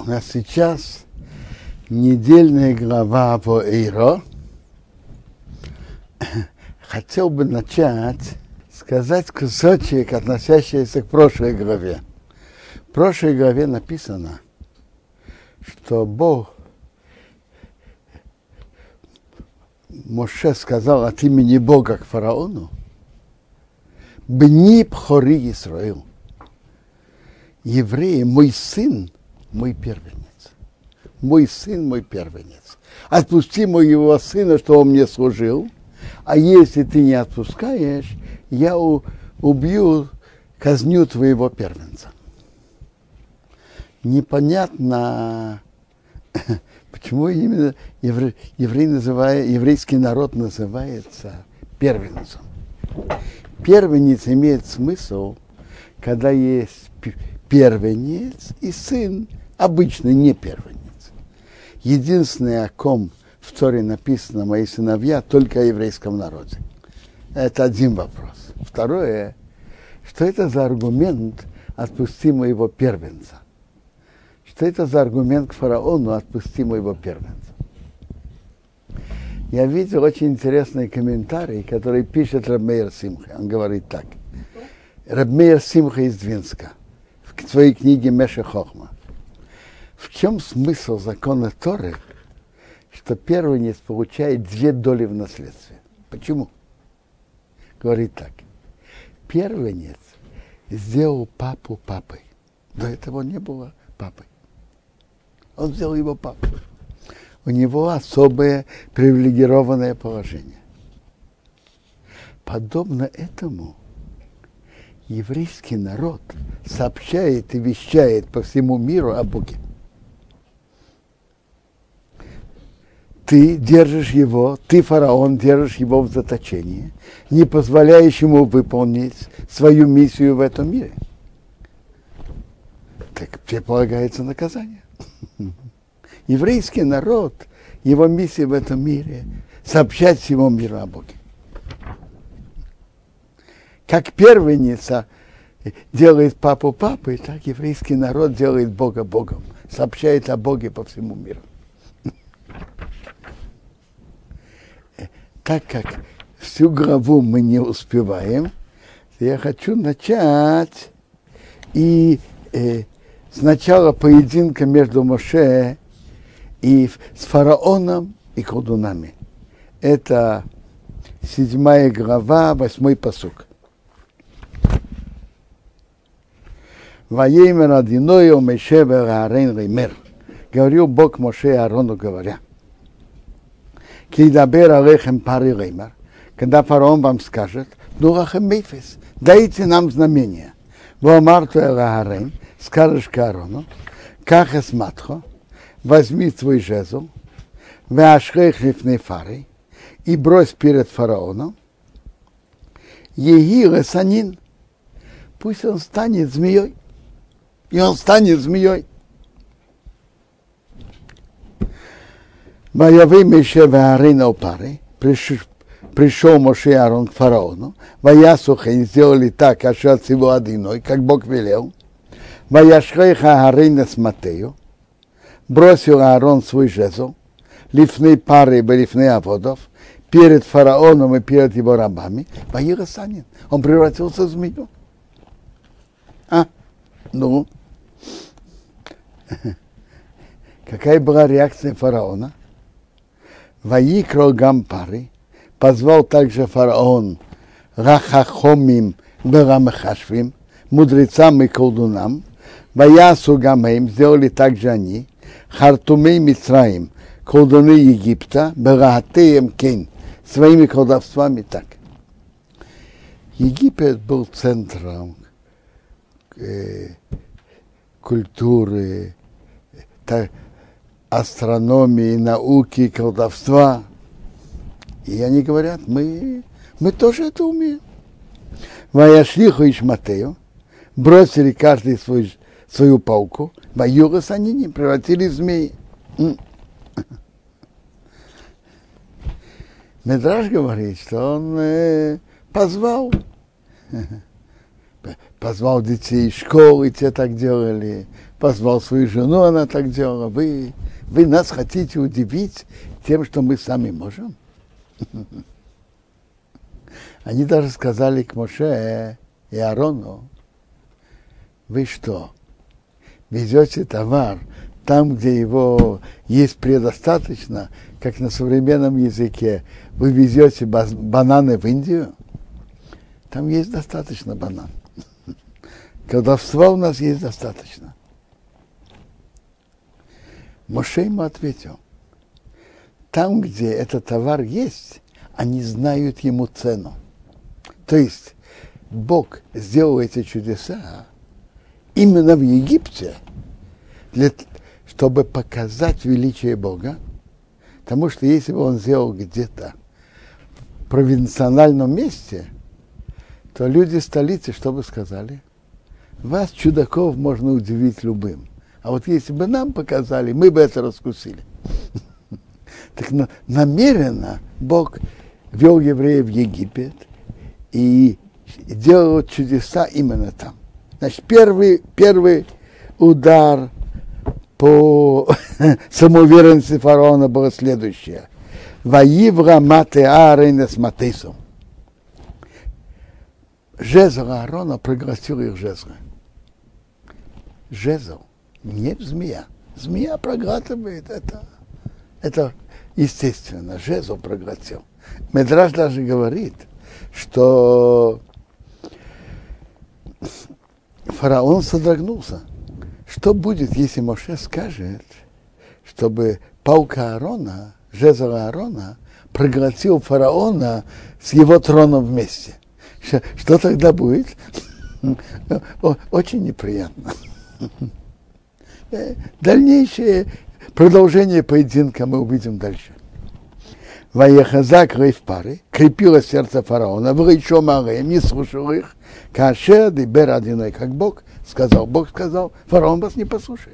У нас сейчас недельная глава по Эйро. Хотел бы начать сказать кусочек, относящийся к прошлой главе. В прошлой главе написано, что Бог Моше сказал от имени Бога к фараону: «Бни пхори Исраил». Евреи, мой сын, мой первенец. Мой сын, мой первенец. Отпусти моего сына, что он мне служил, а если ты не отпускаешь, я убью, казню твоего первенца. Непонятно, почему именно еврейский народ называется первенцем. Первенец имеет смысл, когда есть первенец и сын, обычный не первенец. Единственное, о ком в Торе написано «мои сыновья», только о еврейском народе. Это один вопрос. Второе, что это за аргумент «отпусти моего первенца»? Что это за аргумент к фараону «отпусти моего первенца»? Я видел очень интересный комментарий, который пишет Раб Меир Симха. Он говорит так. Раб Меир Симха из Двинска в своей книге Мешех Хохма. В чем смысл закона Торы, что первенец получает 2 доли в наследстве? Почему? Говорит так. Первенец сделал папу папой. До этого он не было папой. Он сделал его папой. У него особое привилегированное положение. Подобно этому еврейский народ сообщает и вещает по всему миру о Боге. Ты держишь его, ты, фараон, держишь его в заточении, не позволяешь ему выполнить свою миссию в этом мире. Так тебе полагается наказание. Еврейский народ, его миссия в этом мире — сообщать всему миру о Боге. Как первенец делает папу папой, так еврейский народ делает Бога Богом, сообщает о Боге по всему миру. Так как всю главу мы не успеваем, я хочу начать с начала поединка между Моше и с фараоном и колдунами. Это 7 глава, 8 пасук. «Ваеймер Адиною Моше ве'Аарон леймер». Говорил Бог Моше и Аарону, говоря: «Кидабер алейхем пари леймер». Когда фараон вам скажет: «Ну лахем мейфес», дайте нам знамение. «Воамарту эль Аарон», скажешь к Аарону: «Ках эсматхо», возьми твой жезл, «Ве'ашрейх лифней фарой», и брось перед фараоном, «Еги лесанин», пусть он станет змеей. И он станет змеей. Ваявей Моше ве'Аарон эл пари, пришел Моше и Аарон к фараону, ваясухай, сделали так, ашат его одиной, как Бог велел. Ваяшрейх Аарон эсматею, бросил Аарон свой жезл, лифней пары и лифней аводов, перед фараоном и перед его рабами, ваирасанин, он превратился в змею. Ну, какая была реакция фараона? Ваикро гампары, позвал также фараон рахахомим верамехашвим, мудрецам и колдунам, ваясу гамеим, сделали также они, хартумей Мицраим, колдуны Египта, берахатеем кейн, своими колдовствами так. Египет был центром культуры, астрономии, науки, колдовства. И они говорят: мы тоже это умеем. Ваяшлиху Ишматею, бросили каждый свою палку, ваюрас они не превратились в змеи. Медраш говорит, что он позвал детей из школы, те так делали, позвал свою жену, она так делала. Вы нас хотите удивить тем, что мы сами можем? Они даже сказали к Моше и Аарону: вы что, везете товар там, где его есть предостаточно, как на современном языке, вы везете бананы в Индию? Там есть достаточно банан. Колдовства у нас есть достаточно. Моше ему ответил: там, где этот товар есть, они знают ему цену. То есть Бог сделал эти чудеса именно в Египте, чтобы показать величие Бога. Потому что если бы он сделал где-то в провинциальном месте, то люди столицы что бы сказали? Вас, чудаков, можно удивить любым. А вот если бы нам показали, мы бы это раскусили. Так намеренно Бог вел евреев в Египет и делал чудеса именно там. Значит, первый удар по самоуверенности фараона было следующее. Ваивра мате Аарона с Матейсом. Жезл Аарона проглотил их жезлы. Жезл, не змея. Змея проглатывает это естественно. Жезл проглотил. Медраш даже говорит, что фараон содрогнулся. Что будет, если Моше скажет, чтобы палка Аарона, жезл Аарона, проглотил фараона с его троном вместе? Что тогда будет? Очень неприятно. Дальнейшее продолжение поединка мы увидим дальше. Ваехазак рейв пары, крепило сердце фараона, врычо мареем, не слушал их, каше дибер одиной, как Бог сказал, фараон вас не послушает.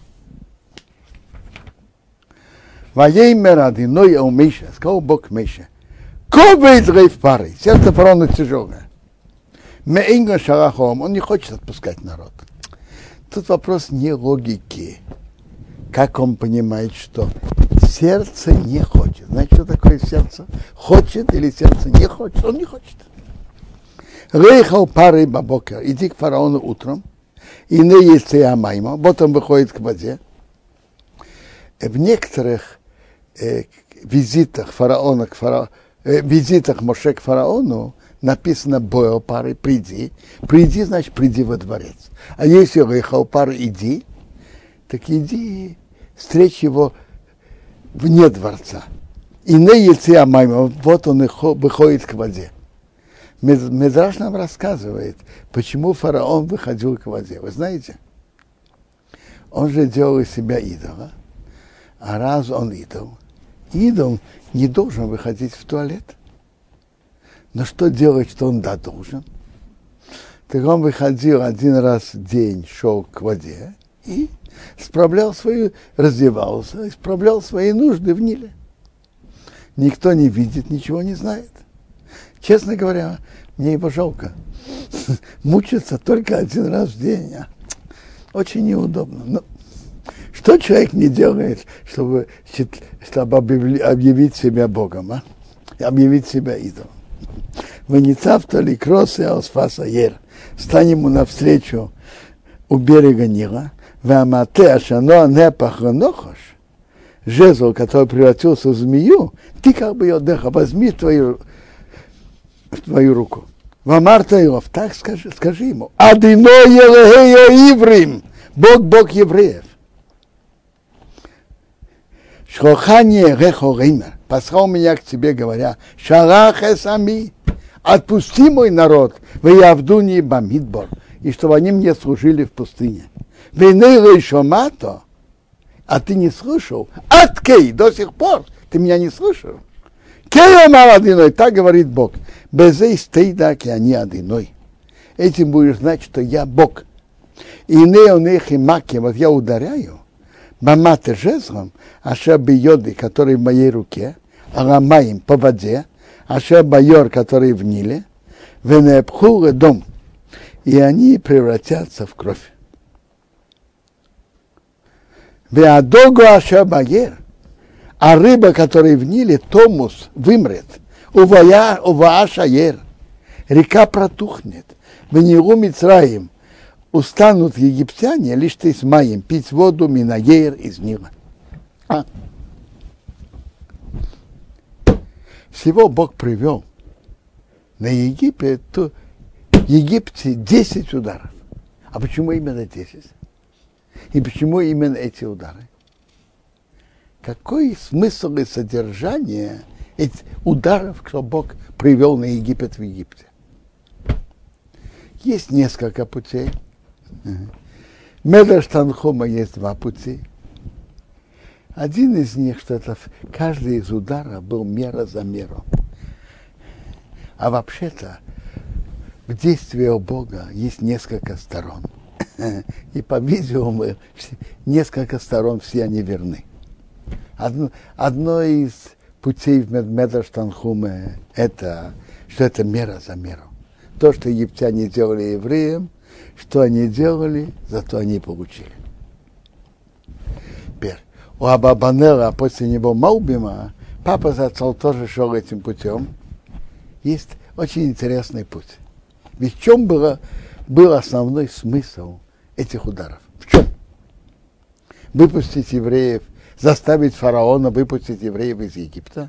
Ваеймер одиной у Миша, сказал Бог Миша, ковейд рейв пары, сердце фараона тяжелое. Меинга шарахом, он не хочет отпускать народ. Тут вопрос не логики. Как он понимает, что сердце не хочет. Знаете, что такое сердце? Хочет или сердце не хочет? Он не хочет. Рейхал пары бабокер. Иди к фараону утром. И не есть амайма. Вот он выходит к воде. В некоторых визитах фараона визитах Моше к фараону написано бойл пары, приди. Приди, значит, приди во дворец. А если рейхал пары, иди, так иди, встреть его вне дворца. И не яйца майма, вот он выходит к воде. Медраш нам рассказывает, почему фараон выходил к воде. Вы знаете, он же делал из себя идола, а раз он идол не должен выходить в туалет. Но что делать, что он должен? Так он выходил один раз в день, шел к воде и раздевался, исправлял свои нужды в Ниле. Никто не видит, ничего не знает. Честно говоря, мне его жалко. Мучиться только один раз в день. Очень неудобно. Но что человек не делает, чтобы объявить себя Богом, объявить себя идолом? Ваницавтали кросы алсфаса ер. Стань ему навстречу у берега Нила. Вамате ашано непаханохош. Жезл, который превратился в змею, ты как бы ее отдыха, возьми в твою руку. Вамарта Иов, так скажи ему. Адино елегео иврим. Бог евреев. Шхохане рехо реймер. Послал меня к тебе, говоря, шарах эсами. Отпусти мой народ, в Явдуни Бамидбор, и чтобы они мне служили в пустыне. Венейлы шомато, а ты не слышал? Откей, до сих пор ты меня не слышал? Кей омар одиной, так говорит Бог. Безей стейдаки они одиной. Этим будешь знать, что я Бог. И неонехи маки, вот я ударяю, баматы жезлом, аша бьёды, который в моей руке, аламаим по воде, аша байор, который в Ниле, венепхулы дом, и они превратятся в кровь. Веадогу ашабаер, а рыба, которая в Ниле, Томус, вымрет. Уваашаер, река протухнет. В Нилу Мицраим устанут египтяне лишь ты с маем пить воду Минаер из Нила. Всего Бог привел на Египет, в Египте 10 ударов. А почему именно 10? И почему именно эти удары? Какой смысл и содержание этих ударов, что Бог привел на Египет в Египте? Есть несколько путей. Медраш Танхума есть 2 пути. Один из них, что это каждый из ударов был мера за меру. А вообще-то в действии у Бога есть несколько сторон. И, по-видимому, несколько сторон все они верны. Одно из путей в Медраш Танхуме это, что это мера за меру. То, что египтяне делали евреям, что они делали, зато они получили. Теперь, у Абабанера, а после него Маубима, папа Зацал тоже шел этим путем. Есть очень интересный путь. Ведь в чем был основной смысл этих ударов? В чем? Выпустить евреев, заставить фараона выпустить евреев из Египта?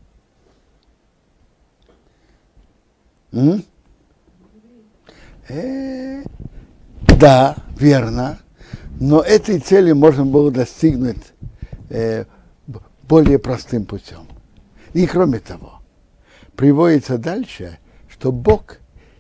Да, верно. Но этой цели можно было достигнуть более простым путем. И кроме того, приводится дальше, что Бог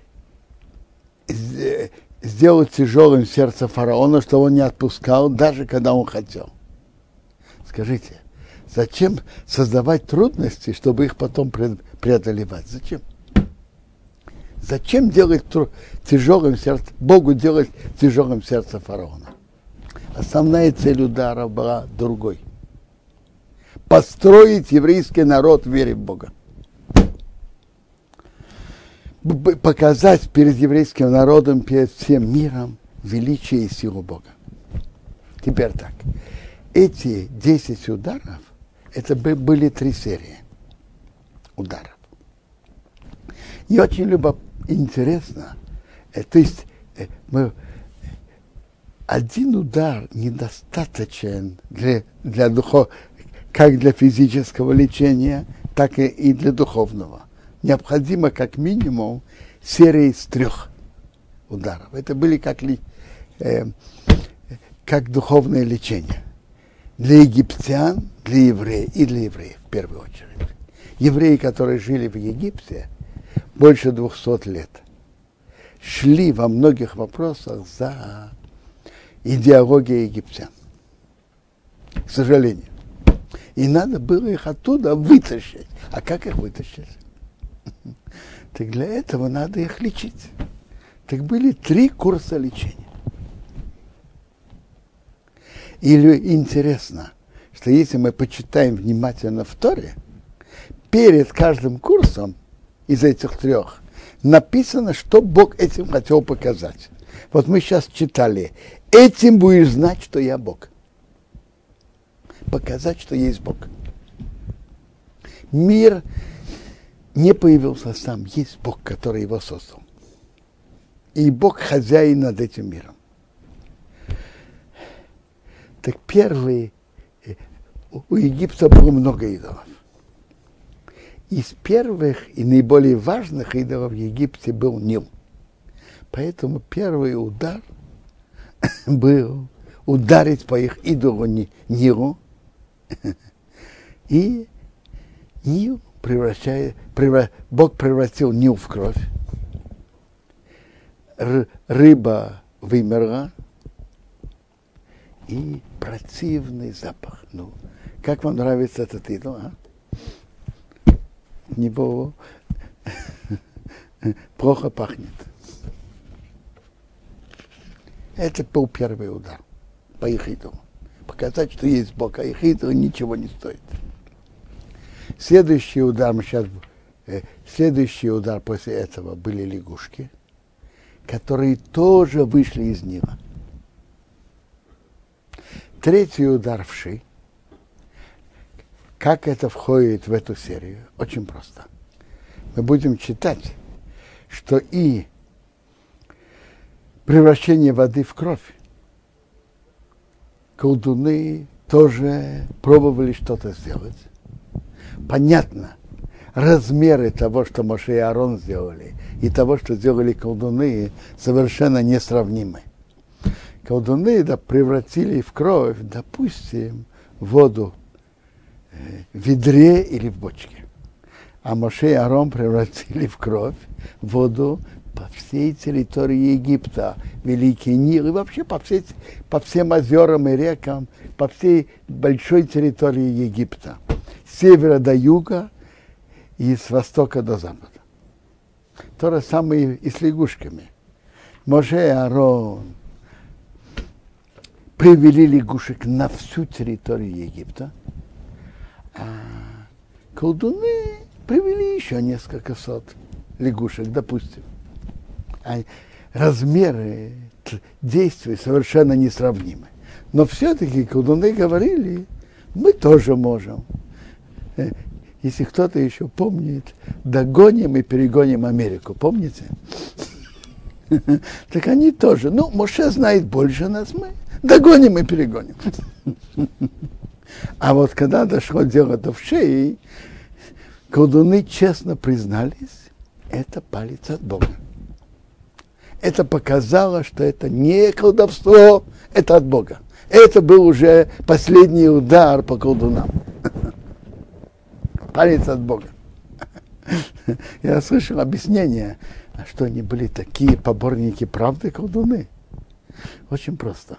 сделал тяжелым сердце фараона, что он не отпускал, даже когда он хотел. Скажите, зачем создавать трудности, чтобы их потом преодолевать? Зачем? Зачем делать тяжелым сердце, Богу делать тяжелым сердце фараона? Основная цель удара была другой. Построить еврейский народ в вере в Бога. Показать перед еврейским народом, перед всем миром величие и силу Бога. Теперь так. Эти 10 ударов, это были 3 серии ударов. И очень интересно, то есть один удар недостаточен как для физического лечения, так и для духовного. Необходимо как минимум серия из 3 ударов. Это были как духовное лечение. Для египтян, для евреев и для евреев в первую очередь. Евреи, которые жили в Египте больше 200 лет, шли во многих вопросах за идеологией египтян. К сожалению. И надо было их оттуда вытащить. А как их вытащить? Так для этого надо их лечить. Так были 3 курса лечения. И интересно, что если мы почитаем внимательно в Торе, перед каждым курсом из этих 3 написано, что Бог этим хотел показать. Вот мы сейчас читали, этим будешь знать, что я Бог. Показать, что есть Бог. Мир не появился сам, есть Бог, который его создал. И Бог хозяин над этим миром. Так первый, у Египта было много идолов. Из первых и наиболее важных идолов в Египте был Нил. Поэтому первый удар был ударить по их идолу Нилу. И Нил Бог превратил Нил в кровь. Рыба вымерла. И противный запах. Ну, как вам нравится этот идол, а? От него плохо пахнет. Это был первый удар по их идолу. Показать, что есть Бог, а их идол ничего не стоит. Следующий удар после этого были лягушки, которые тоже вышли из Нила. третий удар в ши. Как это входит в эту серию? Очень просто. Мы будем читать, что и превращение воды в кровь, колдуны тоже пробовали что-то сделать. Понятно, размеры того, что Моше и Аарон сделали, и того, что сделали колдуны, совершенно несравнимы. Колдуны превратили в кровь, допустим, воду в ведре или в бочке. А Моше и Аарон превратили в кровь воду по всей территории Египта, Великий Нил, и вообще по всем озерам и рекам, по всей большой территории Египта. С севера до юга и с востока до запада. То же самое и с лягушками. Моше и Аарон привели лягушек на всю территорию Египта, а колдуны привели еще несколько сот лягушек, допустим. А размеры действий совершенно несравнимы. Но все-таки колдуны говорили, мы тоже можем. Если кто-то еще помнит, догоним и перегоним Америку, помните? Так они тоже. Ну, Моше знает больше нас, мы догоним и перегоним. А вот когда дошло дело до вшей, колдуны честно признались, это палец от Бога. Это показало, что это не колдовство, это от Бога. Это был уже последний удар по колдунам. Палец от Бога. Я слышал объяснение, что они были такие поборники правды колдуны. Очень просто.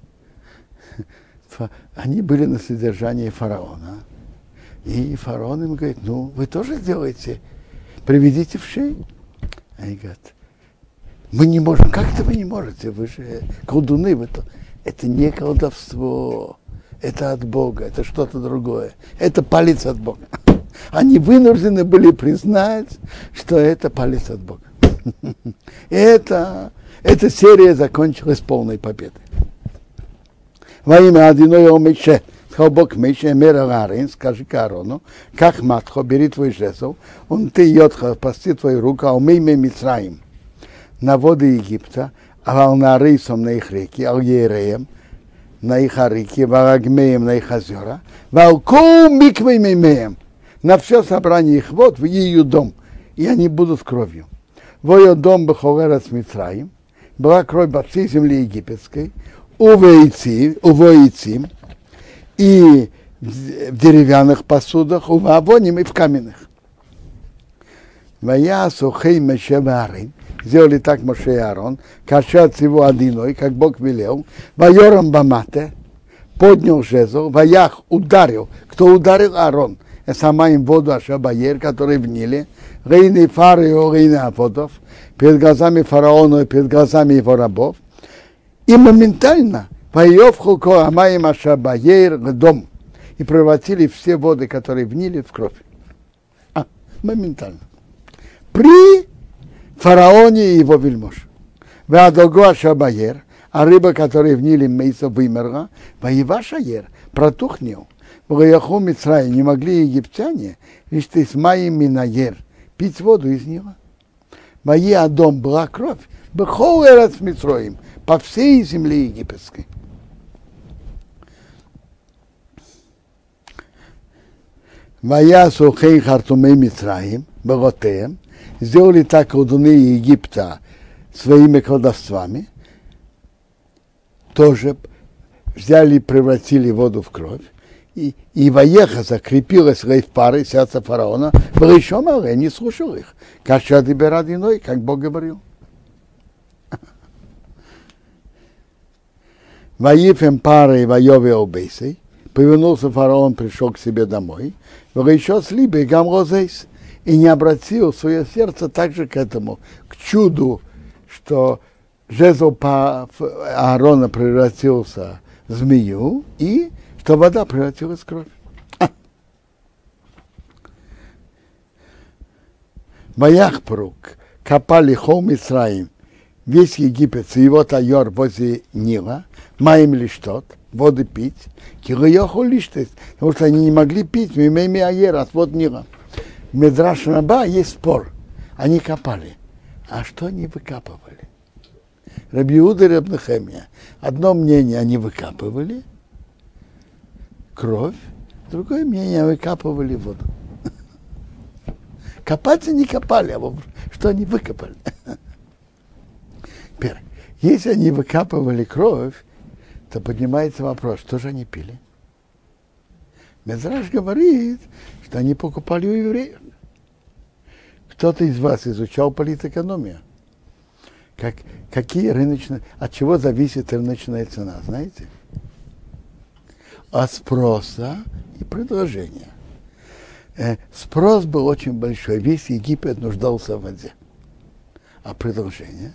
Они были на содержании фараона. И фараон им говорит, ну, вы тоже сделаете, приведите вшей. Они говорят, мы не можем. Как это вы не можете? Вы же колдуны. Это не колдовство. Это от Бога. Это что-то другое. Это палец от Бога. Они вынуждены были признать, что это палец от Бога. Эта серия закончилась полной победой. Во имя Адиноя Мише, сказал Бог Мише, Мера Аарон, скажи Аарону, как матхо, бери твой жезл, он ты йотха, пасти твою руку, а умей Мицраим, на воды Египта, а на рейсом на их реки, а ереем, на их реки, варагмеем на их озера, валку миквей мемеем, на все собрание их вод в ее дом, и они будут кровью. Вою дом баховерец Мицраим, была кровь по всей земле египетской, увоицим, и в деревянных посудах, у авоним и в каменных. Ваясу хей Моше ваарин, сделали так Моше и Аарон, кашат его одиной, как Бог велел, вайорам бамате, поднял жезл, ваях ударил. Кто ударил? Аарон. Сама им воду Ашабаер, который в Ниле, рейны фары и рейны Аводов, перед глазами фараона и перед глазами его рабов. И моментально поев хулко амаим Ашабаер дом. И превратили все воды, которые в Ниле, в кровь. Моментально. При фараоне и его вельмож. Веадого Ашабаер, а рыба, которая в Ниле Мейса вымерла, воева Шаер, протухнел. Богаяху Мицраи, не могли египтяне, лишь ты с моим минаер, пить воду из него. Мои Адом была кровь, бехол эрец Мицроим, по всей земле египетской. Моя сухей хартумей Мицраим, боготеем, сделали так колдуны Египта своими колдовствами, тоже взяли и превратили воду в кровь. И Ваеха закрепилась в пары сердца фараона, был еще малый, не слушал их. Каша деберадиной, как Бог говорил. Ваифем пары Ваеве обейсей, повернулся фараон, пришел к себе домой, был еще с Либой гамрозейс, и не обратил свое сердце также к этому, к чуду, что жезл Аарона превратился в змею, и что вода превратилась в кровь. Ваях прук, копали холм Исраим, весь Египет, и его тайор возле Нила, маем лишь тот, воды пить, потому что они не могли пить, мимеми аер, от вод Нила. В Мидраш Раба есть спор. Они копали. А что они выкапывали? Раби Иуда и Рабби Нехемия. Одно мнение, они выкапывали кровь, другое мнение, выкапывали воду. Копать они копали, а что они выкопали? Теперь, если они выкапывали кровь, то поднимается вопрос, что же они пили? Мидраш говорит, что они покупали у евреев. Кто-то из вас изучал политэкономию? Какие рыночные, от чего зависит рыночная цена, знаете? От спроса и предложения. Спрос был очень большой, весь Египет нуждался в воде. А предложение?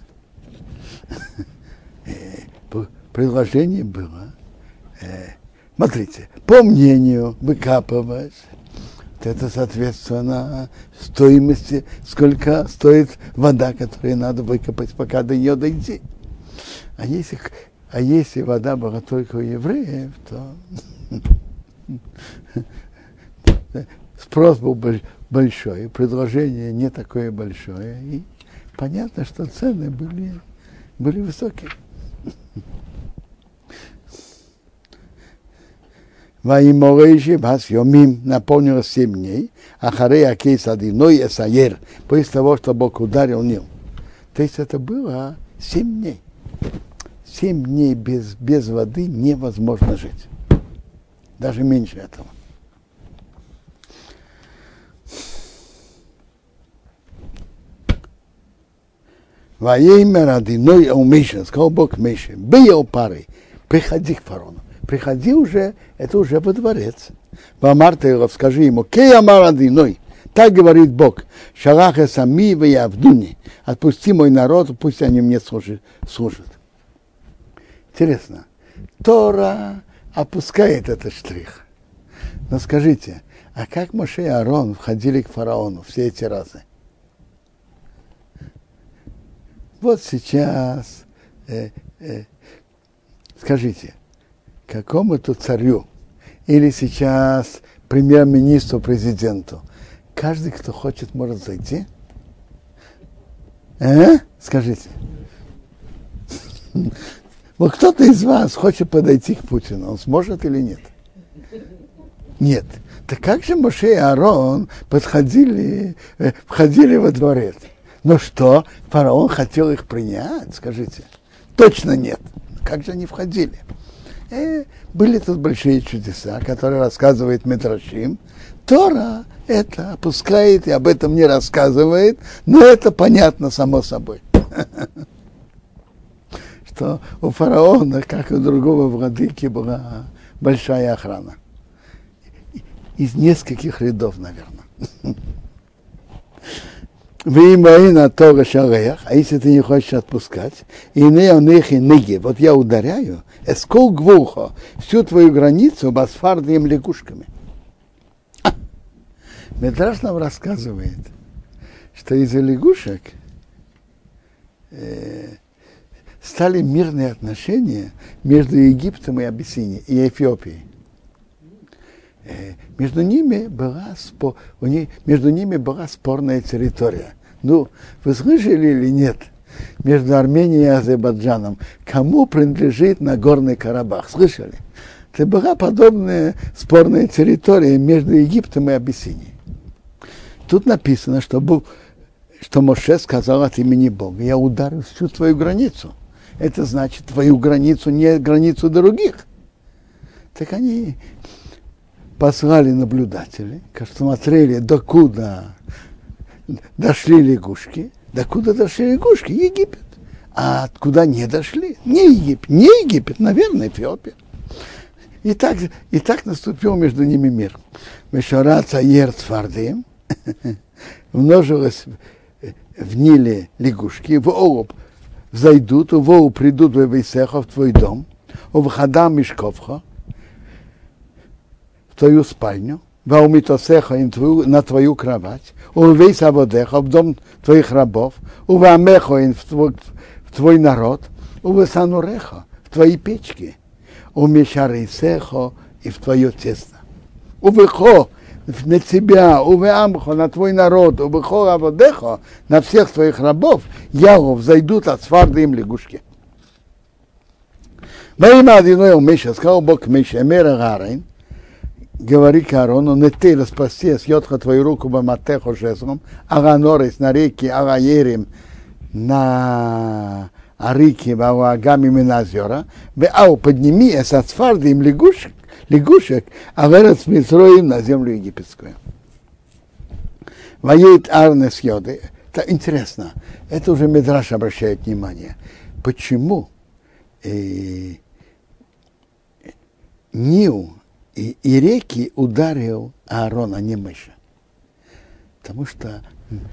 Предложение было, смотрите, по мнению выкапывать, это соответственно стоимости, сколько стоит вода, которую надо выкопать, пока до нее дойти. А если вода была только у евреев, то спрос был большой, предложение не такое большое, и понятно, что цены были высокие. Ваиморейши вас йомим наполнилось 7 дней, а харея кейс одиной эсаер, после того, что Бог ударил Нил. То есть это было 7 дней. 7 дней без воды невозможно жить. Даже меньше этого. Ваимер одиной умешен, сказал Бог Меше, бей пары, приходи к фараону. Приходи уже, это уже во дворец. Вамартейлов, скажи ему, кей амар одиной, так говорит Бог, шалаха сами в явдуни, отпусти мой народ, пусть они мне служат. Интересно, Тора опускает этот штрих. Но скажите, а как Моше и Аарон входили к фараону все эти разы? Вот сейчас, скажите, какому-то царю или сейчас премьер-министру, президенту, каждый, кто хочет, может зайти? Скажите. Вот кто-то из вас хочет подойти к Путину, он сможет или нет? Нет. Так как же Моше и Аарон входили во дворец? Ну что, фараон хотел их принять? Скажите. Точно нет. Как же они входили? Были тут большие чудеса, которые рассказывает Мидрашим. Тора это опускает и об этом не рассказывает, но это понятно само собой. Что у фараона, как и у другого владыки, была большая охрана. Из нескольких рядов, наверное. А если ты не хочешь отпускать, вот я ударяю, эскол гвухо, всю твою границу басфардием лягушками. Мидраш нам рассказывает, что из-за лягушек стали мирные отношения между Египтом и Абиссинией, и Эфиопией. Между ними была спорная территория. Ну, вы слышали или нет? Между Арменией и Азербайджаном. Кому принадлежит Нагорный Карабах? Слышали? Это была подобная спорная территория между Египтом и Абиссинией. Тут написано, что Моше сказал от имени Бога: я ударю всю твою границу. Это значит твою границу, не границу других. Так они послали наблюдателей, смотрели, докуда дошли лягушки. Докуда дошли лягушки? Египет. А откуда не дошли? Не Египет, наверное, Эфиопия. И так наступил между ними мир. Мешара цаер цфардим, множилось в Ниле лягушки, в Олуб взойдут, в Олуб придут в Вейсеха, в твой дом, в Хадам Мишковха, в твою спальню, в Аумитосеха, на твою кровать, в Вейсаводеха, в дом твоих рабов, в Амехо, в твой народ, в Сануреха, в твои печки, умешарисехо и в твое тесто. Увыхо на тебя, увеамхо, на твой народ, увыхо аводехо, на всех твоих рабов, яго взойдут от сварды им лягушки. Во имя Адиной Умеша, сказал Бог Меша, Эмера Гарайн, говори к Аарону, не ты распасти с йодха твою руку баматехо жезлом, аганорис на реке, агаерим на реке, вагами миназера, беау подними с отсфарды им лягушек, а верец Мицроим на землю египетскую. Воеет Арнес Йоды. Это интересно. Это уже Мидраш обращает внимание. Почему Нил и реки ударил Аарон, а не Меша? Потому что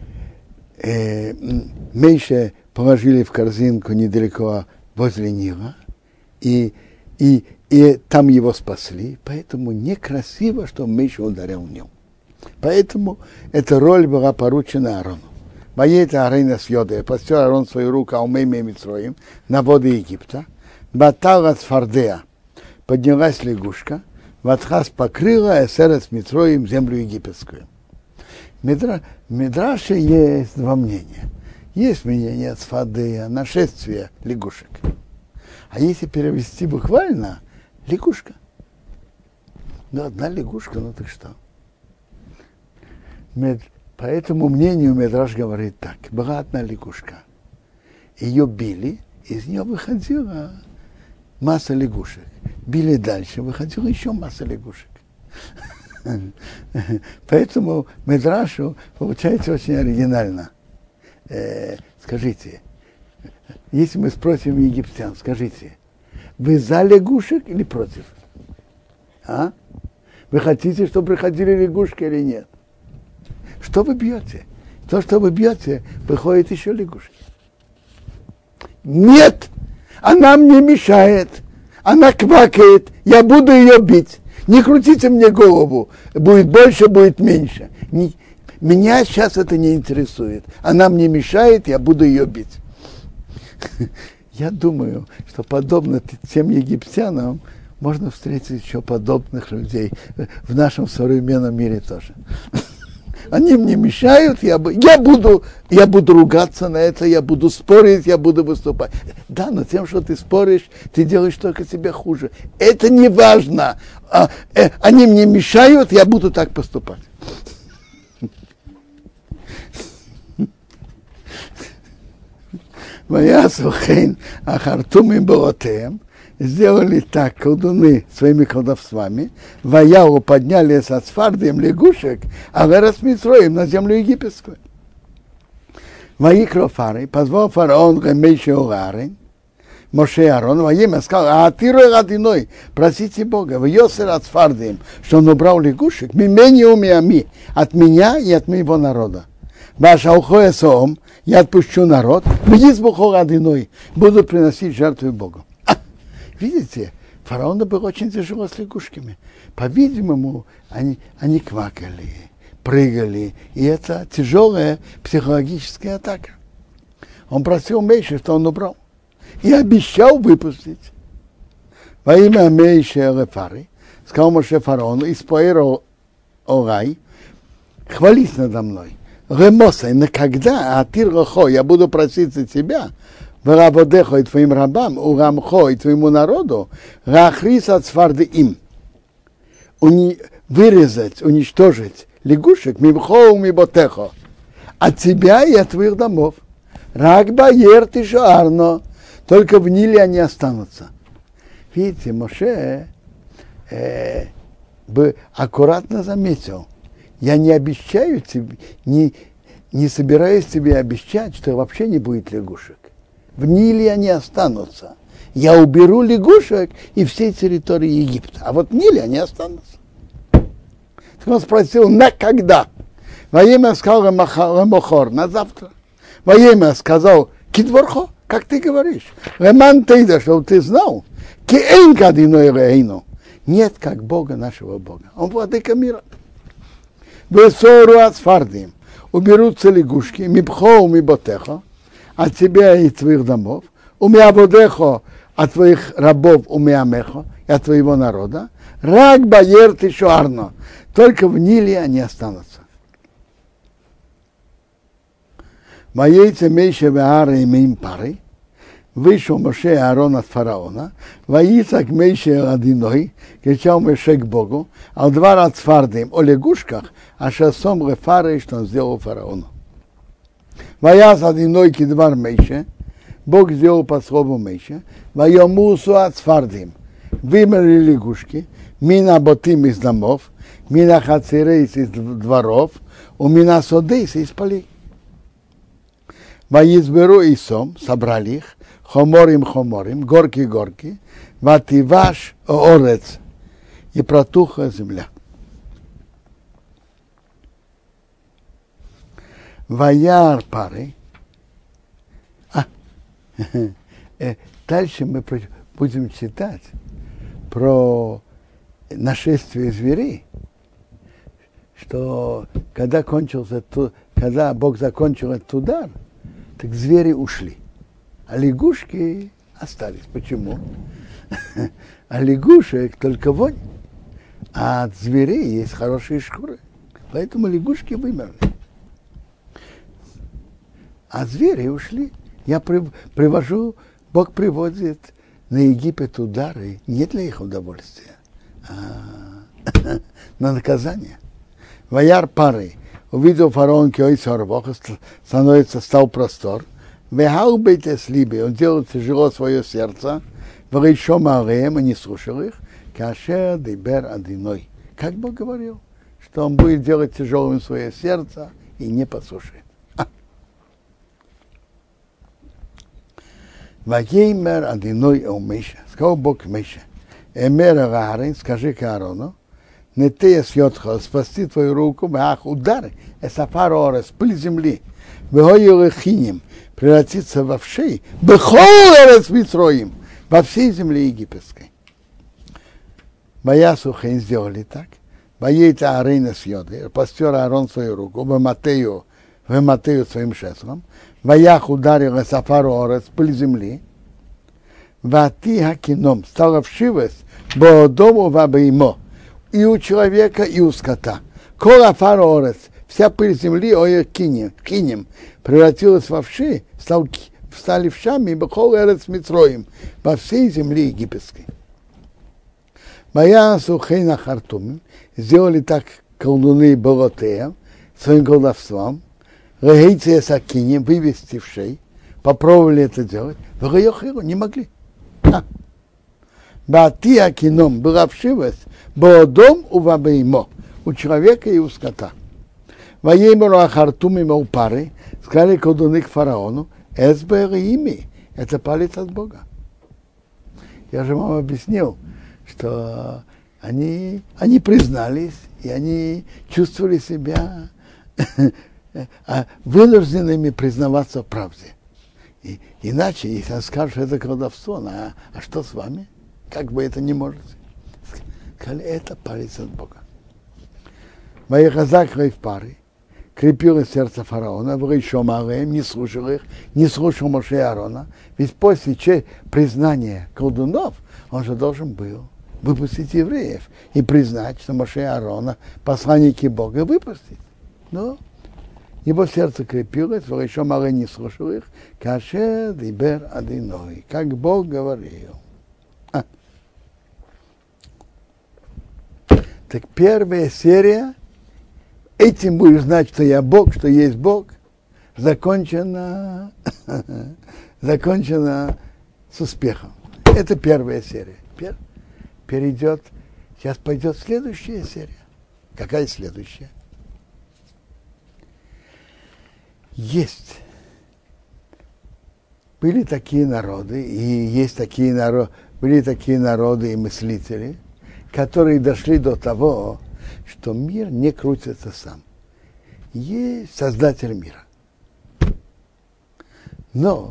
Меша положили в корзинку недалеко возле Нила, и там его спасли, поэтому некрасиво, что Меша ударил Нил. Поэтому эта роль была поручена Аарону. Воеет Аарон с Йодой, простер Аарон свою руку, а умейме Мицроим, на воды Египта, батал от Сфардея, поднялась лягушка, Ватхас покрыла эсерец Мицроим землю египетскую. В Мидраше есть два мнения. Есть мнение от Сфардея, нашествие лягушек. А если перевести буквально, лягушка. Ну, одна лягушка, ну так что? По этому мнению Мидраш говорит так. Была одна лягушка. Ее били, из нее выходила масса лягушек. Били дальше, выходила еще масса лягушек. Поэтому Мидрашу получается очень оригинально. Скажите, если мы спросим египтян, скажите, вы за лягушек или против? А? Вы хотите, чтобы приходили лягушки или нет? Что вы бьете? То, что вы бьете, выходит еще лягушки. Нет! Она мне мешает. Она квакает. Я буду ее бить. Не крутите мне голову. Будет больше, будет меньше. Меня сейчас это не интересует. Она мне мешает, я буду ее бить. Я думаю, что подобно тем египтянам можно встретить еще подобных людей в нашем современном мире тоже. Они мне мешают, я буду ругаться на это, я буду спорить, я буду выступать. Да, но тем, что ты споришь, ты делаешь только себе хуже. Это не важно. Они мне мешают, я буду так поступать. Ваясухейн ахартумим болотеем. Сделали так колдуны своими колдовствами, Ваяу подняли с Сфардием лягушек, а вырос Мицроим на землю египетскую. Ваикро Фары, позвал фараон Мейше Огарин, Моше Аарон, во имя сказал, а ты родиной, просите Бога, в Йосер от Сфардием, что он убрал лягушек, мимени умиами, от меня и от моего народа. Ваша ухоя соом, я отпущу народ, в Избуху родиной, буду приносить жертву Богу. Видите, фараону было очень тяжело с лягушками. По-видимому, они квакали, прыгали, и это тяжелая психологическая атака. Он просил Мейше, что он убрал, и обещал выпустить. Во имя Мейше Элефары, сказал Моше фараону, испоэр Орай, хвались надо мной. Ремосай, когда атир лохо, я буду просить за тебя, Варабодехо и твоим рабам, Урамхо и твоему народу, Рахрис от Сфарды им. Вырезать, уничтожить лягушек, Мимхо Миботехо, от тебя и от твоих домов. Рагба ерти шаарно, только в Ниле они останутся. Видите, Моше бы аккуратно заметил, я не обещаю тебе, не собираюсь тебе обещать, что вообще не будет лягушек. В Ниле они останутся. Я уберу лягушек и всей территории Египта. А вот в Ниле они останутся. Он спросил, на когда? Во имя сказал Ремохор, на завтра. Во имя сказал, Кидворхо, как ты говоришь. Реман Тейда, чтобы ты знал. Киэнка диной рейну. Нет, как Бога нашего Бога. Он владыка мира. Весору от Сфардим. Уберутся лягушки. Мипхо миботехо. От тебя и твоих домов, умеаводехо, от твоих рабов умеамехо, и от твоего народа, рак баер ты шуарно, только в Ниле они останутся. Воейца Мейша Веара имеем пары, вышел Моше и Аарон от фараона, воицак Мейша Адиной, кричал Моше к Богу, а два раз фардым о лягушках, а шасом рефары, что он сделал фараону. Вояз Адиной кидвар Мейша, Бог сделал по слову Мейша, воемусу от фардым, вымерли лягушки, мина ботим из домов, мина хацерейс из дворов, у мина содейс из полей. Воизберу и сом, собрали их, хоморим, горки, вативаш орец, и протухла земля. Ваяр пары. Дальше мы будем читать про нашествие зверей, что когда Бог закончил этот удар, так звери ушли, а лягушки остались. Почему? А лягушек только вонь, а от зверей есть хорошие шкуры, поэтому лягушки вымерли. А звери ушли. Я привожу, Бог приводит на Египет удары не для их удовольствия, а на наказание. Вояр пары. Увидел фараон Киойцарвоха, стал простор. Вехал бейтес либи, он делал тяжело свое сердце. Врейшом ареем, и не слушал их. Кашер дибер адиной. Как Бог говорил, что он будет делать тяжелым свое сердце и не послушает. Вагеймер адиной у Миша. Сказал Бог Миша. Эмер Аарон, скажи к Аарону, не ты съетха, спасти твою руку, ах, удар, эсафар орес, пыль земли, вегою рехинем, превратиться во вшей, бехол орес митроим, во всей земле египетской. Боясу хейн сделали так, боейта Аарона с йоды, постер Аарон свою руку, в Матею своим шеслом, воях ударил эсафар орес, пыль земли, вати хакином, стала вшивость, бо дому вабеймо, и у человека, и у скота. Кола фароорец, вся пыль земли, ой, кинем, превратилась во вши, стали вшами, и бахол эрец митроим, во всей земле египетской. Моя сухейна хартум, сделали так колдуны Болотея, своим колдовством, регейция сакинем, вывести вшей, попробовали это делать, не могли. Батия кином была вшивость, дом у вабеймо, у человека и у скота. Воеймеру ахартуми пары, сказали колдуны к фараону, эсбэр ими, это палец от Бога. Я же вам объяснил, что они признались, и они чувствовали себя вынужденными признаваться в правде. Иначе, если он скажет, что это колдовство, а что с вами? Как вы это не можете? Сказали, это палец от Бога. Мои казакры в пары, крепилось сердце фараона, врейшом ареем, не слушал их, не слушал Моше и Аарона. Ведь после признания колдунов он же должен был выпустить евреев и признать, что Моше и Аарона посланники Бога, выпустить. Но его сердце крепилось, врейшом ареем не слушал их, кашер дибер адиной, как Бог говорил. Так первая серия, этим будешь знать, что я Бог, что есть Бог, закончена с успехом. Это первая серия. Сейчас пойдет следующая серия. Какая следующая? Были такие народы, и были такие народы и мыслители, которые дошли до того, что мир не крутится сам. Есть создатель мира. Но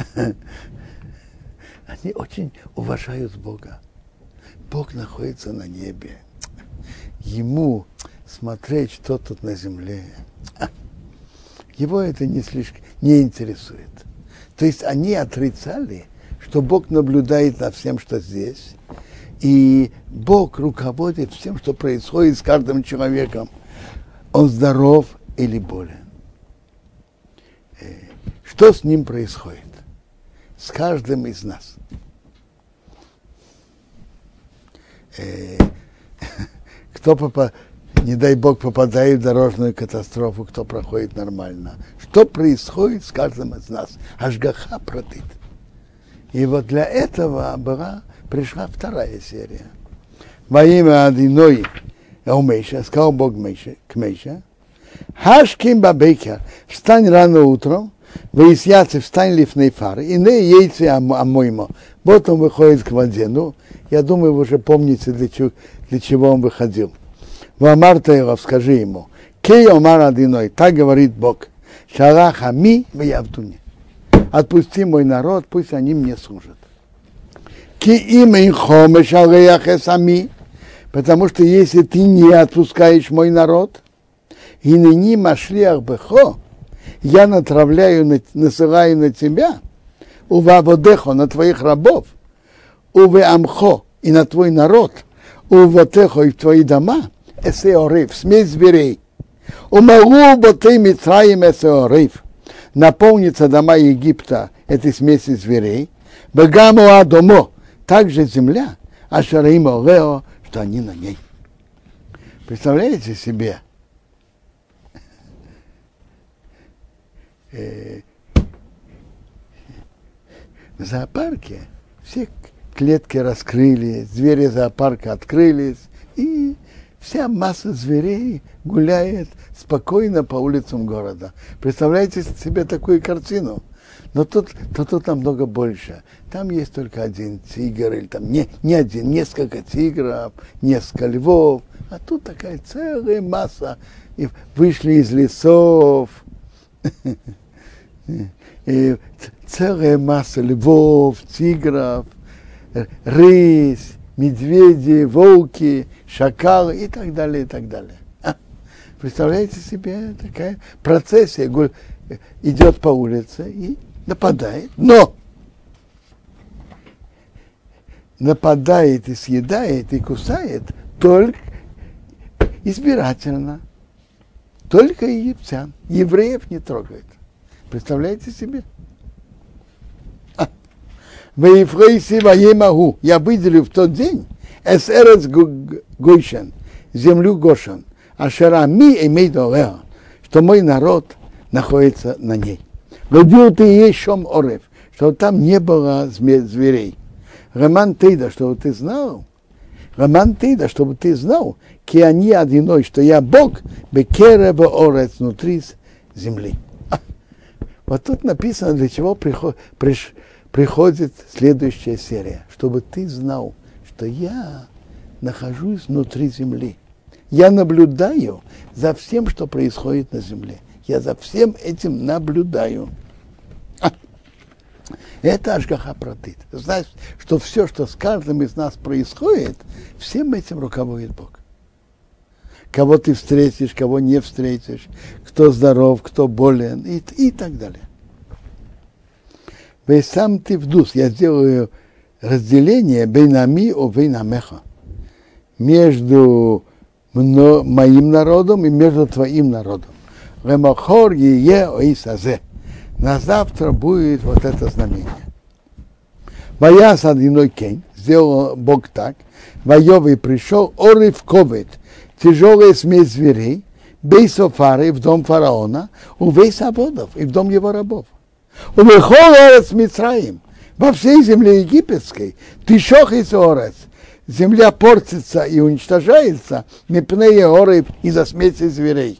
они очень уважают Бога. Бог находится на небе. Ему смотреть, что тут на земле, его это не интересует. То есть они отрицали, что Бог наблюдает над всем, что здесь, И Бог руководит всем, что происходит с каждым человеком. Он здоров или болен. Что с ним происходит? С каждым из нас. Кто, не дай Бог, попадает в дорожную катастрофу, кто проходит нормально. Что происходит с каждым из нас? Ашгаха пратит. И вот для этого пришла вторая серия. Во имя Адиной Мейша, сказал Бог к Мейше, Хашким бабейкер, встань рано утром, выясняться, встань лифней фары, и не яйцы амоймо. Вот он выходит к воде. Ну, я думаю, вы уже помните, для чего он выходил. Вамарта его, скажи ему, Кей омар Адиной, так говорит Бог, Шалаха ми ваявдуни. Отпусти мой народ, пусть они мне служат. Ки имя хоме шалеяхе сами, потому что если ты не отпускаешь мой народ, и ныне машлиах бехо, я насылаю на тебя, уваводехо, на твоих рабов, уве амхо, и на твой народ, увотехо, и в твои дома, эсеорев, смесь зверей, умалу боты Мицраим эсеорев, наполнится дома Египта этой смеси зверей, бегаму адомо, также земля, ашараим орео, что они на ней. Представляете себе? В зоопарке все клетки раскрылись, двери зоопарка открылись, и вся масса зверей гуляет спокойно по улицам города. Представляете себе такую картину? Но тут намного больше. Там есть только один тигр, или там не один, несколько тигров, несколько львов. А тут такая целая масса. И вышли из лесов. И целая масса львов, тигров, рысь, медведи, волки, шакалы и так далее, и так далее. Представляете себе, такая процессия идет по улице и нападает, но нападает и съедает и кусает только избирательно, только египтян, евреев не трогает. Представляете себе? Я выделю в тот день эсэрец Гойшен, землю Гошен, ашера ми имеет олео, что мой народ находится на ней. Родил ты ешом орев, что там не было зверей. Роман Тейда, чтобы ты знал, чтобы ты знал, ки они одиной, что я Бог, бекерева орец, внутри земли. Вот тут написано, для чего приходит следующая серия. Чтобы ты знал, что я нахожусь внутри земли. Я наблюдаю за всем, что происходит на земле. Я за всем этим наблюдаю. Это ашгаха пратит. Значит, что все, что с каждым из нас происходит, всем этим руководит Бог. Кого ты встретишь, кого не встретишь, кто здоров, кто болен и так далее. Вы сам ты вдус, я сделаю разделение бейнами о бейнамеха между моим народом и между твоим народом. Ремахор е оисазе. На завтра будет вот это знамение. Ваяс одиной кен, сделал Бог так, воевый пришел, орев ковет, тяжелая смесь зверей, бейсофары в дом фараона, у вейсаводов и в дом его рабов. У Михолорец Мицраим, во всей земле египетской, тишох и сорец, земля портится и уничтожается, мипнея орев из-за смеси зверей.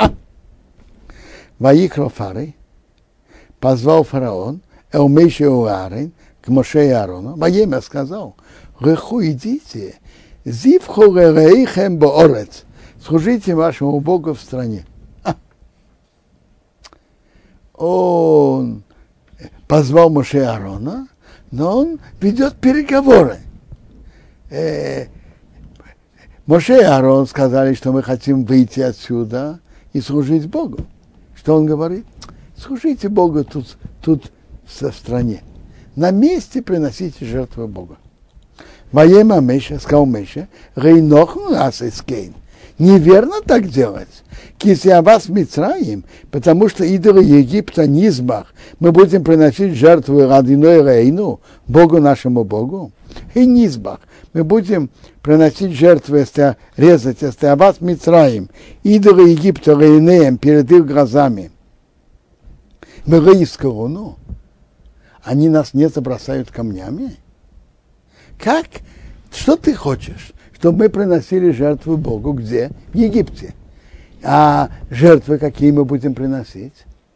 Ваикрофары позвал фараон, Мейше Уарин, к Моше и Аарону, во имя сказал, Реху идите, зивху рейхем боорец, служите вашему Богу в стране. Он позвал Моше и Аарона, но он ведет переговоры. Моше и Аарон сказали, что мы хотим выйти отсюда и служить Богу. Что он говорит? Служите Богу тут в стране. На месте приносите жертву Богу. Ваема Меша, сказал Меша, Рейнох нас искейн. Неверно так делать. Кисиавас Мицраим, потому что идолы Египта Низбах, мы будем приносить жертву Радиной Рейну, Богу нашему Богу. И Низбах, мы будем приносить жертву, если резать, если Авас Мицраим, идолы Египта Рейнеем перед их глазами. Мы Рейскорону, они нас не забросают камнями. Как? Что ты хочешь? Чтобы мы приносили жертвы Богу где? В Египте. А жертвы какие мы будем приносить?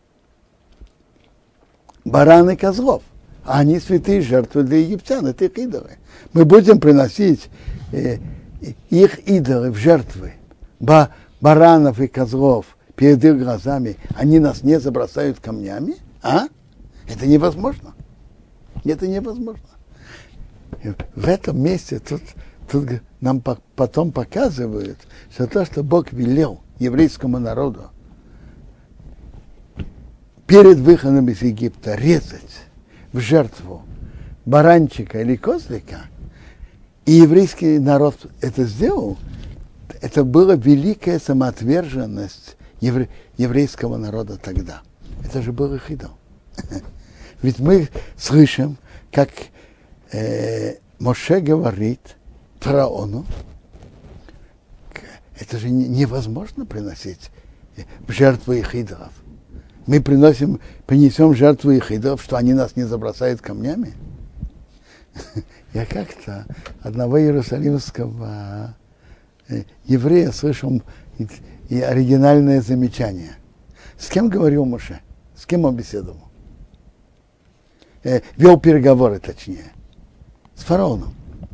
Бараны козлов. А они святые жертвы для египтян, это их идолы. Мы будем приносить их идолы в жертвы. Баранов и козлов перед их глазами. Они нас не забросают камнями? А? Это невозможно. Это невозможно. В этом месте тут нам потом показывают, что то, что Бог велел еврейскому народу перед выходом из Египта резать в жертву баранчика или козлика, и еврейский народ это сделал, это была великая самоотверженность еврейского народа тогда. Это же был их идол. Ведь мы слышим, как Моше говорит фараону, это же невозможно приносить в жертву их идолов. Мы принесем жертву их идолов, что они нас не забросают камнями. Я как-то одного иерусалимского еврея слышал и оригинальное замечание. С кем говорил Моше? С кем он беседовал? Вел переговоры, точнее. С фараоном.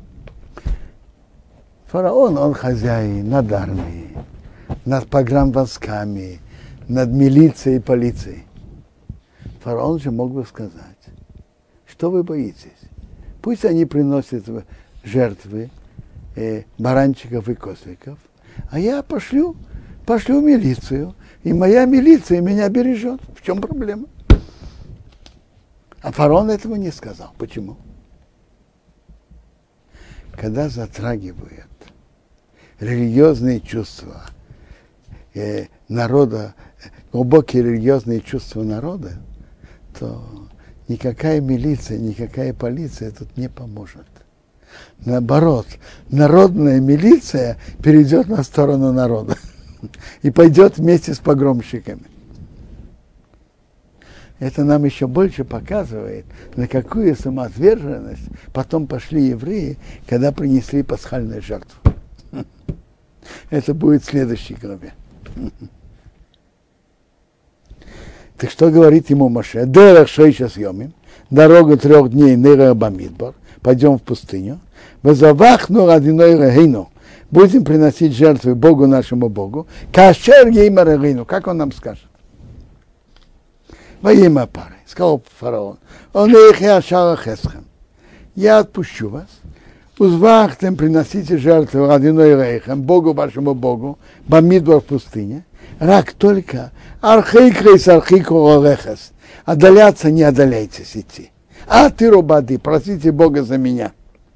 Фараон, он хозяин над армией, над погранвойсками, над милицией и полицией. Фараон же мог бы сказать, что вы боитесь? Пусть они приносят жертвы баранчиков и козликов, а я пошлю милицию, и моя милиция меня бережет. В чем проблема? А фараон этого не сказал. Почему? Когда затрагивают религиозные чувства народа, глубокие религиозные чувства народа, то никакая милиция, никакая полиция тут не поможет. Наоборот, народная милиция перейдет на сторону народа и пойдет вместе с погромщиками. Это нам еще больше показывает, на какую самоотверженность потом пошли евреи, когда принесли пасхальную жертву. Это будет в следующей главе. Так что говорит ему Моше? Дерах шейша съемим, дорога 3 дней нейра бамидбар, пойдем в пустыню, вазавахну радиной регейну, будем приносить жертвы Богу нашему Богу, кашер ейма регейну, как он нам скажет? Во имя пары, сказал фараон, я отпущу вас, узвахтем приносите жертву радиной рейхем, Богу вашему Богу, бамидбар в пустыне, рак только архейкрейс архейкурорехес, отдаляться не отдаляйтесь идти. А ты, рубады, просите Бога за меня.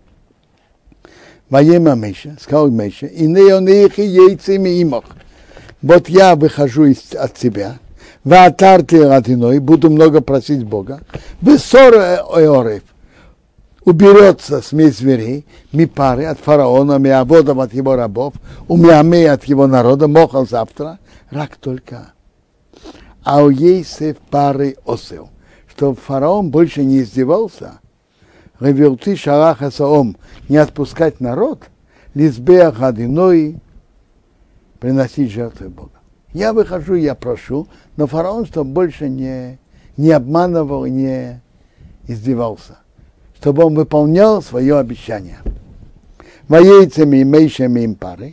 Воема Меша, сказал Меша, и неонехи яйцами имох. Вот я выхожу от тебя, в атарте радиной, буду много просить Бога, высор эорев, уберется смесь зверей, ми пары от фараона, ми аводов от его рабов, у миамей от его народа, мохал завтра, рак только. А у Ейсев пары осел, что фараон больше не издевался, ревелты шараха саом, не отпускать народ, лизбея хадиной, приносить жертвы Бога. Я выхожу, я прошу, но фараон, чтобы больше не обманывал, не издевался, чтобы он выполнял свое обещание. Воейцами и мейшами им пары.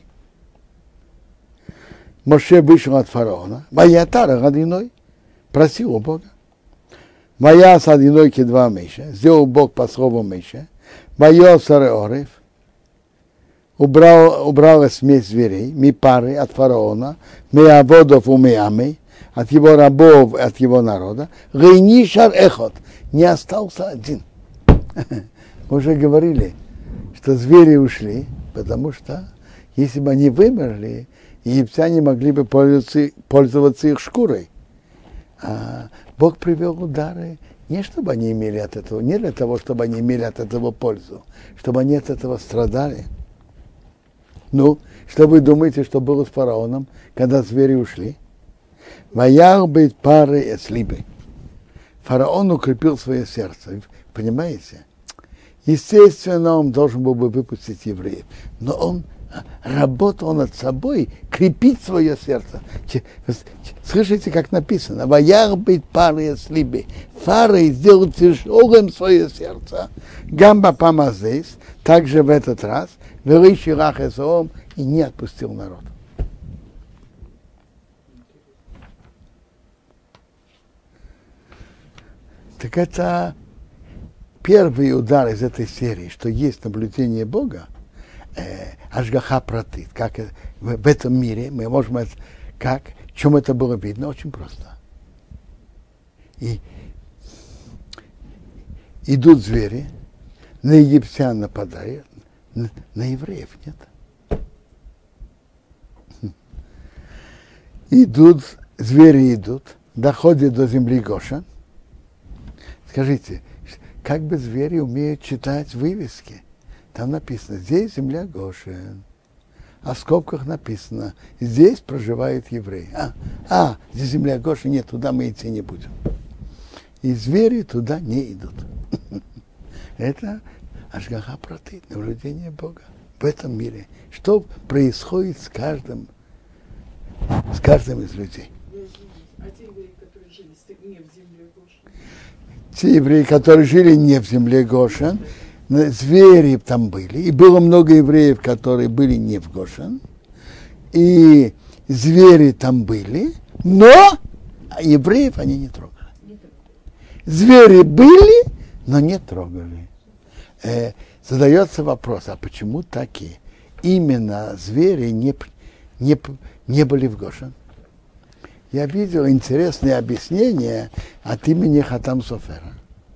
Моше вышел от фараона, Ваятара Радиной, просил у Бога. Вая с Адиной кедва Мейша, сделал Бог по слову Мейша, Вая Сареорев, убрала смесь зверей, ми пары от фараона, ми аводов у миамей, от его рабов, от его народа, гейнишар эхот, не остался один. Мы уже говорили, что звери ушли, потому что если бы они вымерли, египтяне могли бы пользоваться их шкурой. А Бог привел удары не чтобы они имели от этого, не для того, чтобы они имели от этого пользу, чтобы они от этого страдали. Ну, что вы думаете, что было с фараоном, когда звери ушли? Ваяр быть пары и слибы. Фараон укрепил свое сердце. Понимаете? Естественно, он должен был бы выпустить евреев. Но он работал над собой, крепить свое сердце. Слышите, как написано? Ваяр быть пары и слибы. Фарой сделал тяжелым свое сердце. Гамба памазейс. Также в этот раз. Величий рах эсоом. И не отпустил народ. Так это первый удар из этой серии, что есть наблюдение Бога, ашгаха пратит, как в этом мире, мы можем, как, в чем это было видно, очень просто. И идут звери, на египтян нападают, на евреев нет. Звери идут, доходят до земли Гошен. Скажите, как бы звери умеют читать вывески? Там написано, здесь земля Гошен. А в скобках написано, здесь проживают евреи. Здесь земля Гошен, нет, туда мы идти не будем. И звери туда не идут. Это ашгаха пратит, наблюдение Бога в этом мире. Что происходит с каждым из людей. А те евреи, которые жили не в земле Гошен? Те евреи, которые жили не в земле Гошен, звери там были. И было много евреев, которые были не в Гошен. И звери там были, но евреев они не трогали. Звери были, но не трогали. Задается вопрос, а почему такие? Именно звери не были в Гошен. Я видел интересное объяснение от имени Хатам Софера.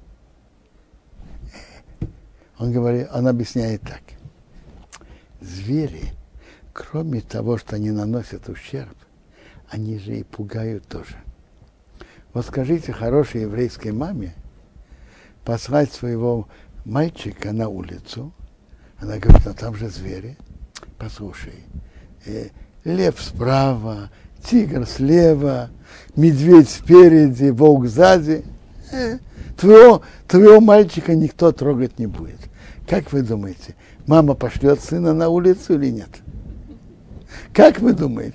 Он объясняет так. Звери, кроме того, что они наносят ущерб, они же и пугают тоже. Вот скажите хорошей еврейской маме послать своего мальчика на улицу. Она говорит, там же звери. Послушай, лев справа, тигр слева, медведь спереди, волк сзади. Твоего мальчика никто трогать не будет. Как вы думаете, мама пошлет сына на улицу или нет? Как вы думаете?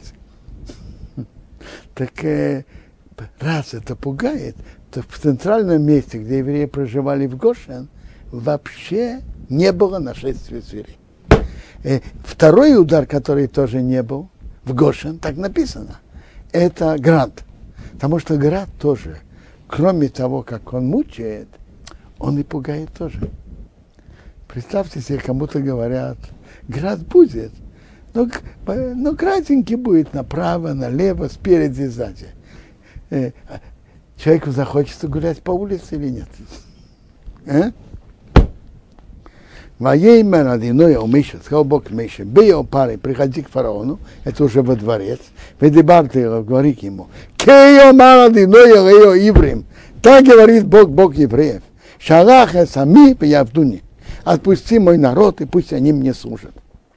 Так раз это пугает, то в центральном месте, где евреи проживали в Гошен, вообще не было нашествия зверей. Второй удар, который тоже не был в Гошен, так написано, это град. Потому что град тоже, кроме того, как он мучает, он и пугает тоже. Представьте себе, кому-то говорят, град будет, но кратенький будет направо, налево, спереди, сзади. Человеку захочется гулять по улице или нет? Воеймер одиной умеша, сказал Бог Меше, бей пары, приходи к фараону, это уже во дворец, ведебарты его, говори к ему, кео марадиной ео иврим, так говорит Бог евреев, шалаха сами пиявдуни, отпусти мой народ, и пусть они мне служат.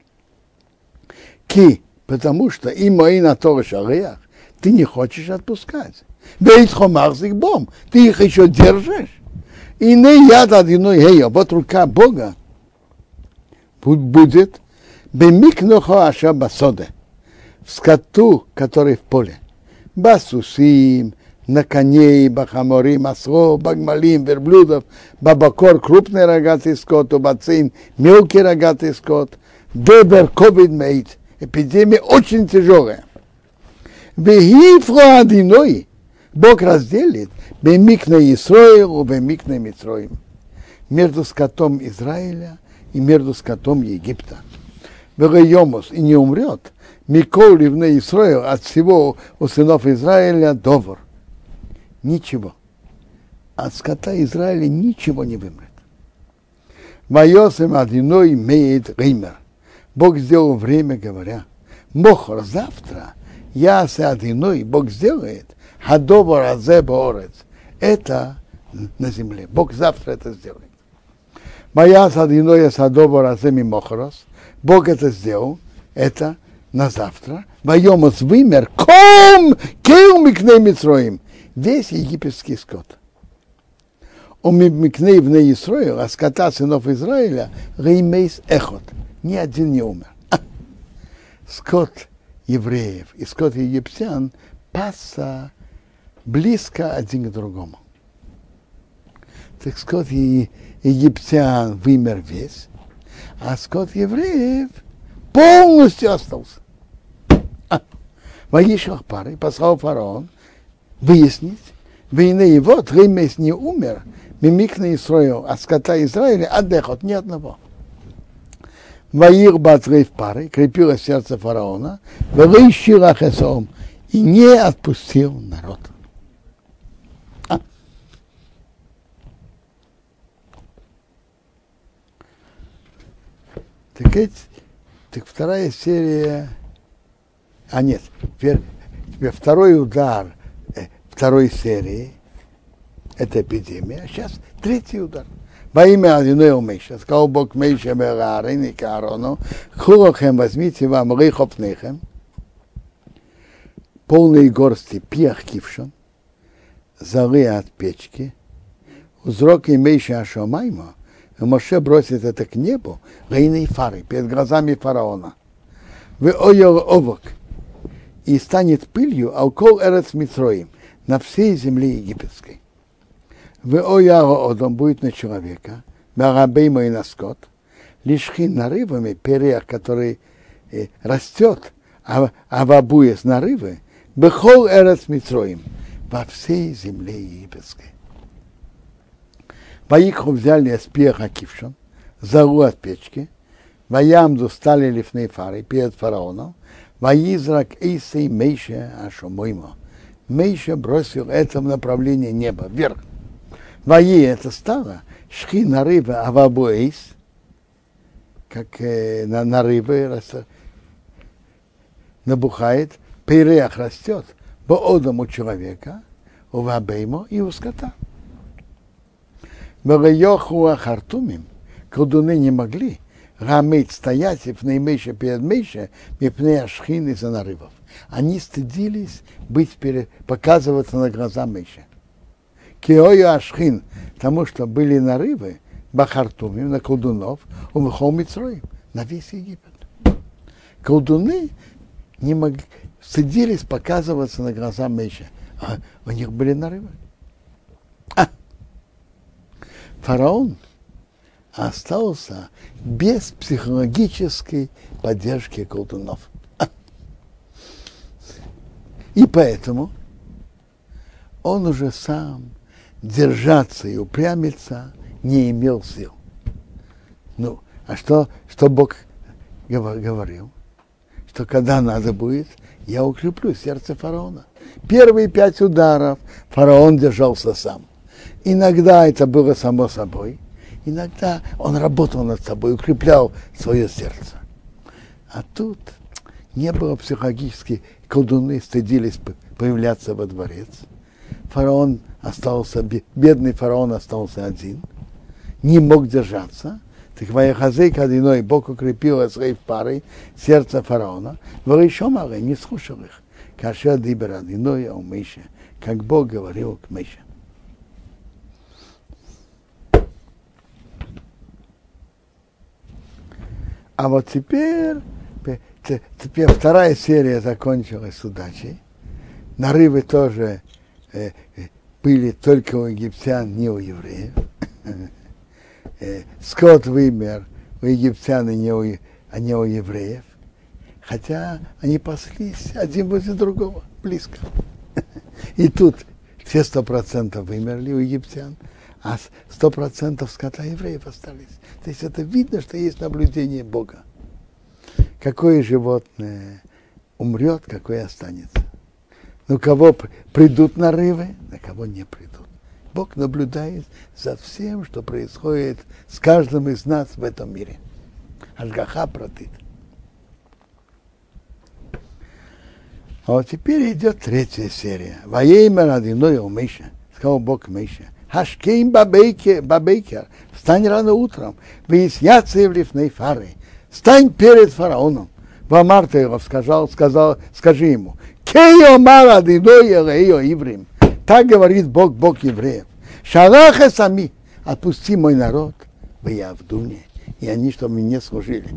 Потому что и мои на Тора шалеях, ты не хочешь отпускать. Бейт хомарзик бом, ты их еще держишь. И не яд одиной ео, вот рука Бога будет бемикнохо аша басоде, в скоту, который в поле, басусим, на коней, бахаморим, ослов, багмалим, верблюдов, бабакор, крупный рогатый скот, убацин, мелкий рогатый скот, дебер, ковид мейт, эпидемия очень тяжелая. Вегифро одиной, Бог разделит, бемикне Исроил, бемикне Митроим, между скотом Израиля и между скотом Египта. Вегайомус, и не умрет, Микол ливне Исроил, от всего у сынов Израиля довор. Ничего. От скота Израиля ничего не вымрет. Вайосем одиной имеет геймер. Бог сделал время, говоря, мохор завтра, я с одиной, Бог сделает, хадовар азе боорец. Это на земле. Бог завтра это сделает. Моя с одиной, я с хадовар азе мимохорос. Бог это сделал, это на завтра. Вайомос вымер, кем микней митроим. Весь египетский скот. Микней в Исраил, а скота сынов Израиля, геймейс эхот. Ни один не умер. Скот евреев и скот египтян пасся близко один к другому. Так скот египтян вымер весь, а скот евреев полностью остался. Ваишах пары, послал фараон выяснить, войны его, Тремес не умер, мимикна Исраил, а скота Израиля отдыхает ни одного. Ваир батрейв пары, крепило сердце фараона, вырыщила хесом, и не отпустил народ. Так вторая серия, теперь второй удар второй серии, это эпидемия, а сейчас третий удар. Во имя Адиноя Мейша, сказал Бог Мейша Берарин и Каарону, хурохем возьмите вам рейхопнехем, полные горсти пьях кившон, золы от печки, узроки Мейша Ашомайма, и Моше бросит это к небу, рейной фары, перед глазами фараона. Вы ойор овок, и станет пылью алкол эрец Митроим, на всей земле египетской. Вы ойяро одом будет на человека, барабеймо и на скот, лишхин нарывами, перех, который растет, а вабуес нарывы, бехол эрец Митроим, во всей земле египетской. Ваикху взяли спеха кившон, зару от печки, ваямду стали лифней фары перед фараоном, ваизрак эйсей Мейше Ашомоймо. Мейша бросил это в направлении неба, вверх. Ваи это стало, шхи нарывы авабуэйс, как нарывы набухает, перех растет, боодом у человека, у вабеймо и у скота. Варайохуа хартумим, колдуны не могли рамить, стоять в наимейше перед мейше, мипней ашхин из-за нарывов. Они стыдились показываться на глаза мейше. Киою ашхин, потому что были нарывы, бахартумим, на колдунов, у Михомицроим, на весь Египет. Колдуны не могли, стыдились показываться на глаза мейше, а у них были нарывы. Фараон остался без психологической поддержки колдунов. И поэтому он уже сам держаться и упрямиться не имел сил. Ну, а что Бог говорил? Что когда надо будет, я укреплю сердце фараона. Первые 5 ударов фараон держался сам. Иногда это было само собой, иногда он работал над собой, укреплял свое сердце. А тут не было психологически, колдуны стыдились появляться во дворец. Фараон остался, бедный фараон остался один, не мог держаться. Так Ваяхазейк одиной, Бог укрепил своей парой сердце фараона, Варишомары не слушал их. Каша дибер одиной у Мейше, как Бог говорил к Мейше. А вот теперь вторая серия закончилась с удачей. Нарывы тоже были только у египтян, не у евреев. Скот вымер у египтян, а не у евреев. Хотя они паслись один возле другого, близко. И тут все 100% вымерли у египтян, а 100% скота евреев остались. То есть это видно, что есть наблюдение Бога. Какое животное умрет, какое останется. На кого придут нарывы, на кого не придут. Бог наблюдает за всем, что происходит с каждым из нас в этом мире. Ашгаха пратит. А вот теперь идет третья серия. Ваеймер адиной у Мейша. Сказал Бог Мейша. Хашкейм бабейкер. Встань рано утром. Выясняться в лифней фары. Стань перед фараоном. Вамар ты его сказал, скажи ему. Кей омар адиной элео иврим. Так говорит Бог, Бог евреев. Шалаха сами. Отпусти мой народ в Явдуне. И они, чтобы мне служили.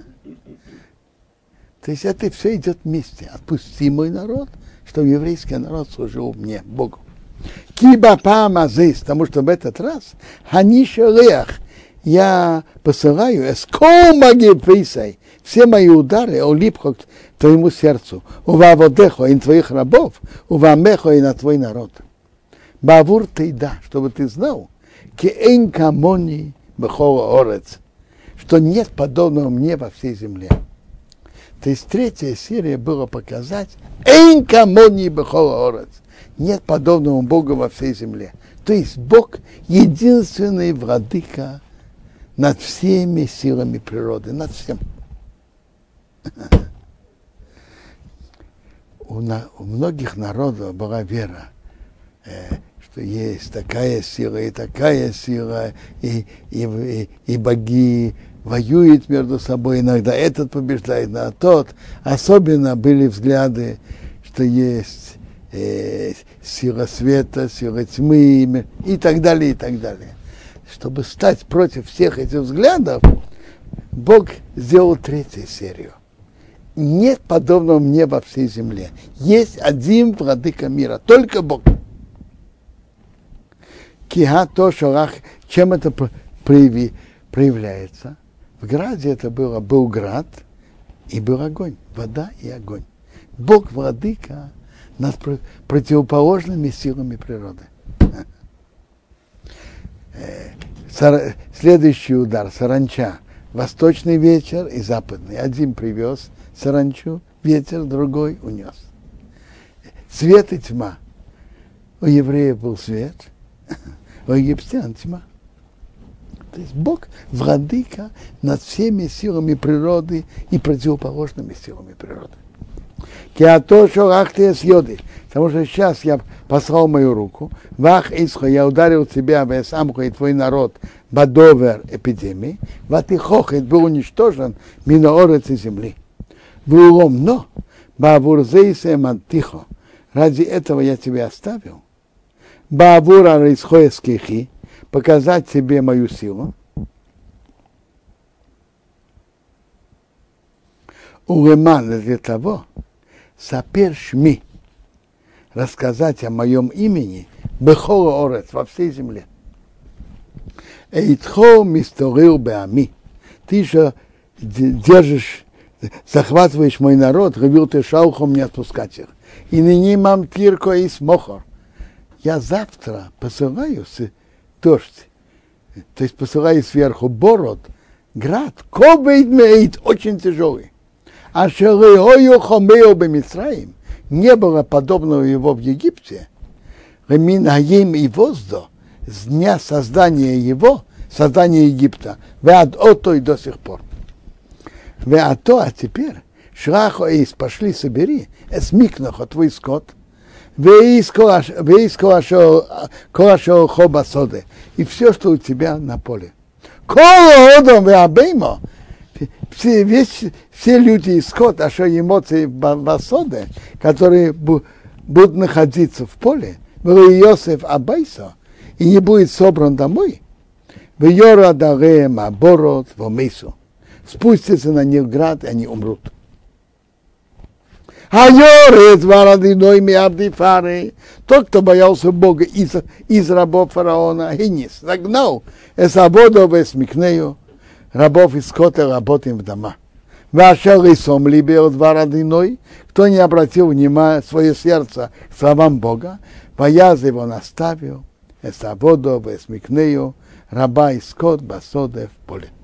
То есть это все идет вместе. Отпусти мой народ, чтобы еврейский народ служил мне, Богу. Киба памазис, потому что в этот раз ханишелех, я посылаю эскол магиписай, все мои удары олипхо к твоему сердцу, уваводехо и на твоих рабов, увамехо и на твой народ. Бавур ты да, чтобы ты знал, кеэн камони бехола орец, что нет подобного мне во всей земле. То есть третья серия была показать «Эйн камони бехола орец». Нет подобного Бога во всей земле. То есть Бог единственный владыка над всеми силами природы, над всем. У многих народов была вера, что есть такая сила, и боги воюют между собой, иногда этот побеждает, иногда тот. Особенно были взгляды, что есть сила света, сила тьмы и так далее, и так далее. Чтобы стать против всех этих взглядов, Бог сделал третью серию. Нет подобного мне во всей земле. Есть один владыка мира, только Бог. Киха то шорах, чем это проявляется? В граде это был град и был огонь, вода и огонь. Бог владыка над противоположными силами природы. Следующий удар, саранча. Восточный ветер и западный. Один привез саранчу, ветер, другой унес. Свет и тьма. У евреев был свет, у египтян тьма. То есть Бог владыка над всеми силами природы и противоположными силами природы. Потому что сейчас я послал мою руку, вах исхо, я ударил тебя, весамхо и твой народ, бадовер эпидемии, ватихохет был уничтожен миноорец и земли. Вулом, но бавурзейсе мантихо, ради этого я тебя оставил. Бавура рейсхоескихи, показать тебе мою силу. Уреман для того, сапер шми, рассказать о моем имени, бехола орец, во всей земле. Эйтхо мисторил беами, ты же держишь, захватываешь мой народ, говорил ты шаухом не отпускать их. И ныне мам тирко и смохор. Я завтра посылаю дождь, то есть посылаю сверху бород, град, ковейдмейт, очень тяжелый. А шелеою хомео бемисраим, не было подобного его в Египте, реминаем и воздух, с дня создания его, создания Египта, веад ото и до сих пор. Веато, а теперь, шрахо эйс, пошли собери, эсмикнохо, твой скот, веискоашо хоба соды, и все, что у тебя на поле. Колодом веабеймо, все люди и скот, а что эмоции басоды, которые будут находиться в поле, был Иосиф Абайсо, и не будет собран домой, в Йора Дареем Аборот в Омису. Спустится на них град, и они умрут. А Йорет Варадиной Миабдифары, тот, кто боялся Бога из рабов фараона, Гинис, загнал Эсабодов Эсмикнею, рабов и скота работаем в дома. Вашел и сом либел Варадиной, кто не обратил внимания свое сердце к словам Бога, бояз его наставил, Эсабодов Эсмикнею, раба и скот басоде в поле.